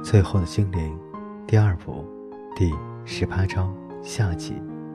最后的精灵第二部第18章下集。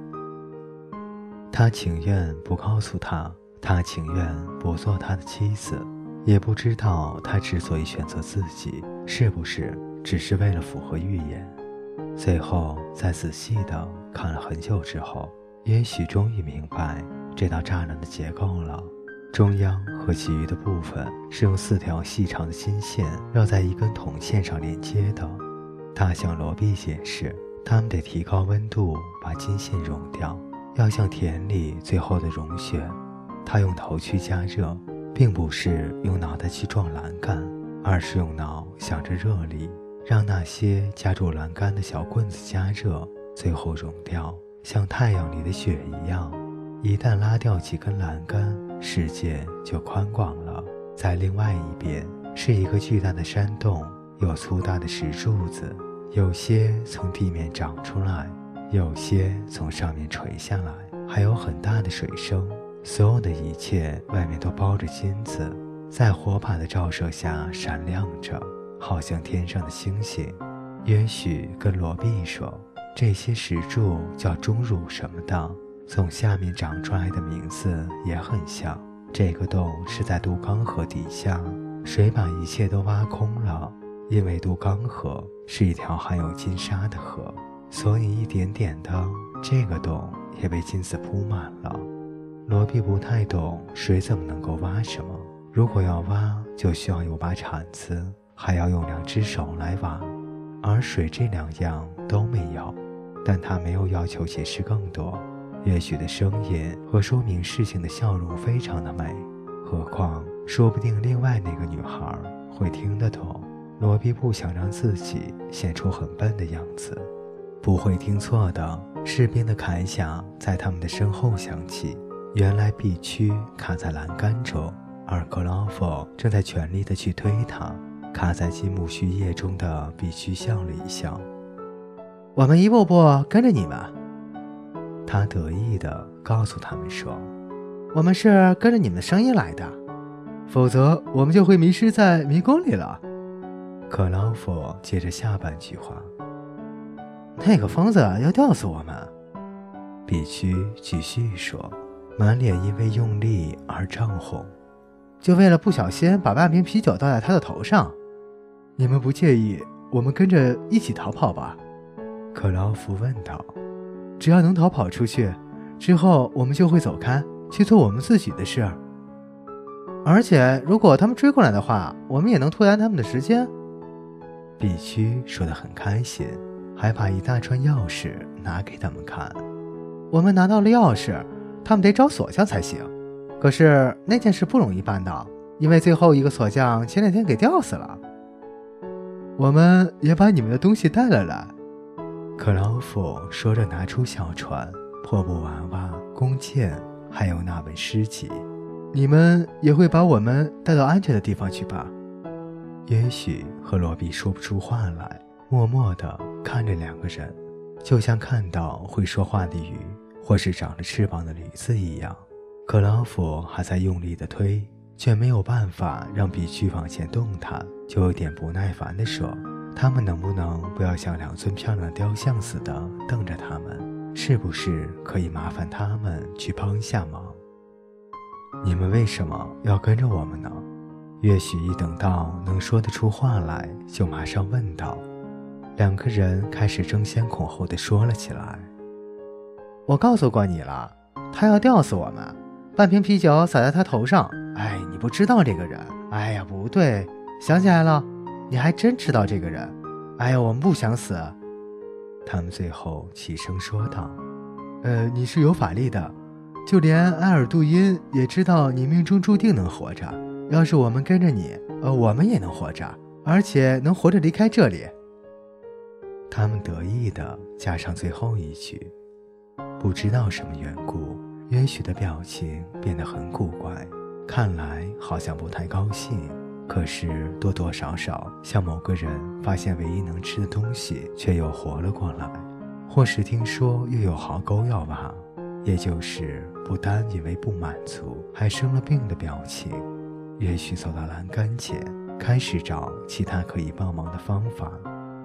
他情愿不告诉他，他情愿不做他的妻子，也不知道他之所以选择自己，是不是只是为了符合预言。最后在仔细地看了很久之后，也许终于明白这道栅栏的结构了。中央和其余的部分是用4条细长的金线绕在一根铜线上连接的。他向罗毕解释，他们得提高温度，把金线融掉，要像田里最后的融雪。他用头去加热，并不是用脑袋去撞栏杆，而是用脑想着热力，让那些夹住栏杆的小棍子加热，最后融掉，像太阳里的雪一样。一旦拉掉几根栏杆，世界就宽广了。在另外一边是一个巨大的山洞，有粗大的石柱子，有些从地面长出来，有些从上面垂下来，还有很大的水声。所有的一切外面都包着金子，在火把的照射下闪亮着，好像天上的星星。也许跟罗毕说，这些石柱叫钟乳什么的，从下面长出来的名字也很像。这个洞是在杜冈河底下，水把一切都挖空了，因为杜冈河是一条含有金沙的河，所以一点点的这个洞也被金子铺满了。罗毕不太懂水怎么能够挖什么，如果要挖就需要有把铲子，还要用2只手来挖，而水这2样都没有。但他没有要求解释更多，也许的声音和说明事情的笑容非常的美，何况说不定另外那个女孩会听得懂。罗毕不想让自己显出很笨的样子。不会听错的，士兵的铠甲在他们的身后响起。原来必须卡在栏杆中，而克劳佛正在全力地去推它。卡在金木须叶中的必须笑了一笑。我们一步步跟着你们，他得意地告诉他们说，我们是跟着你们的声音来的，否则我们就会迷失在迷宫里了。克劳佛接着下半句话，那个疯子要吊死我们。必须继续说，满脸因为用力而涨红，就为了不小心把半瓶啤酒倒在他的头上。你们不介意我们跟着一起逃跑吧？克劳夫问道。只要能逃跑出去，之后我们就会走开，去做我们自己的事。而且如果他们追过来的话，我们也能拖延他们的时间。必须说得很开心，还把一大串钥匙拿给他们看。我们拿到了钥匙，他们得找锁匠才行。可是那件事不容易办到，因为最后一个锁匠前2天给吊死了。我们也把你们的东西带了来。克劳夫说着拿出小船、破布娃娃、弓箭，还有那本诗集。你们也会把我们带到安全的地方去吧？也许和罗毕说不出话来，默默地看着2个人，就像看到会说话的鱼，或是长着翅膀的驴子一样。克劳夫还在用力地推，却没有办法让必须往前动弹，就有点不耐烦地说，他们能不能不要像2尊漂亮的雕像似的瞪着他们？是不是可以麻烦他们去帮一下忙？你们为什么要跟着我们呢？也许一等到能说得出话来，就马上问道。2个人开始争先恐后地说了起来。我告诉过你了，他要吊死我们，半瓶啤酒洒在他头上。哎，你不知道这个人。哎呀，不对，想起来了，你还真知道这个人。哎呀，我们不想死。他们最后齐声说道，你是有法力的，就连埃尔杜因也知道你命中注定能活着。要是我们跟着你，我们也能活着，而且能活着离开这里。他们得意地加上最后一句。不知道什么缘故，约许的表情变得很古怪，看来好像不太高兴，可是多多少少像某个人发现唯一能吃的东西却又活了过来，或是听说又有壕沟要挖，也就是不单因为不满足还生了病的表情。约许走到栏杆前，开始找其他可以帮忙的方法。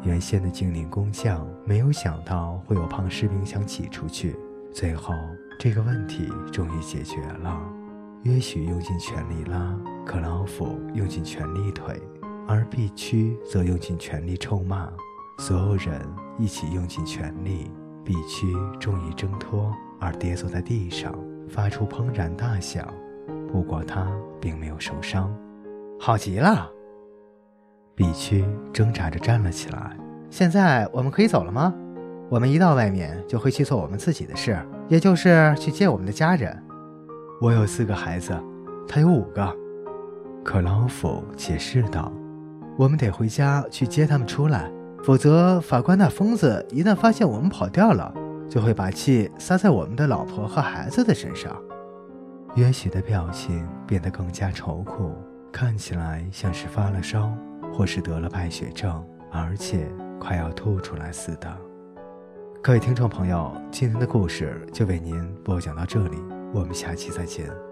原先的精灵工匠没有想到会有胖士兵想挤出去，最后这个问题终于解决了。约许用尽全力拉，克劳夫用尽全力推，而必须则用尽全力臭骂。所有人一起用尽全力，必须终于挣脱而跌坐在地上，发出砰然大响。不过他并没有受伤。好极了！必须挣扎着站了起来。现在我们可以走了吗？我们一到外面就会去做我们自己的事，也就是去接我们的家人。我有4个孩子，他有5个。克劳夫解释道。我们得回家去接他们出来，否则法官那疯子一旦发现我们跑掉了，就会把气撒在我们的老婆和孩子的身上。约许的表情变得更加愁苦，看起来像是发了烧，或是得了败血症，而且快要吐出来似的。各位听众朋友，今天的故事就为您播讲到这里，我们下期再见。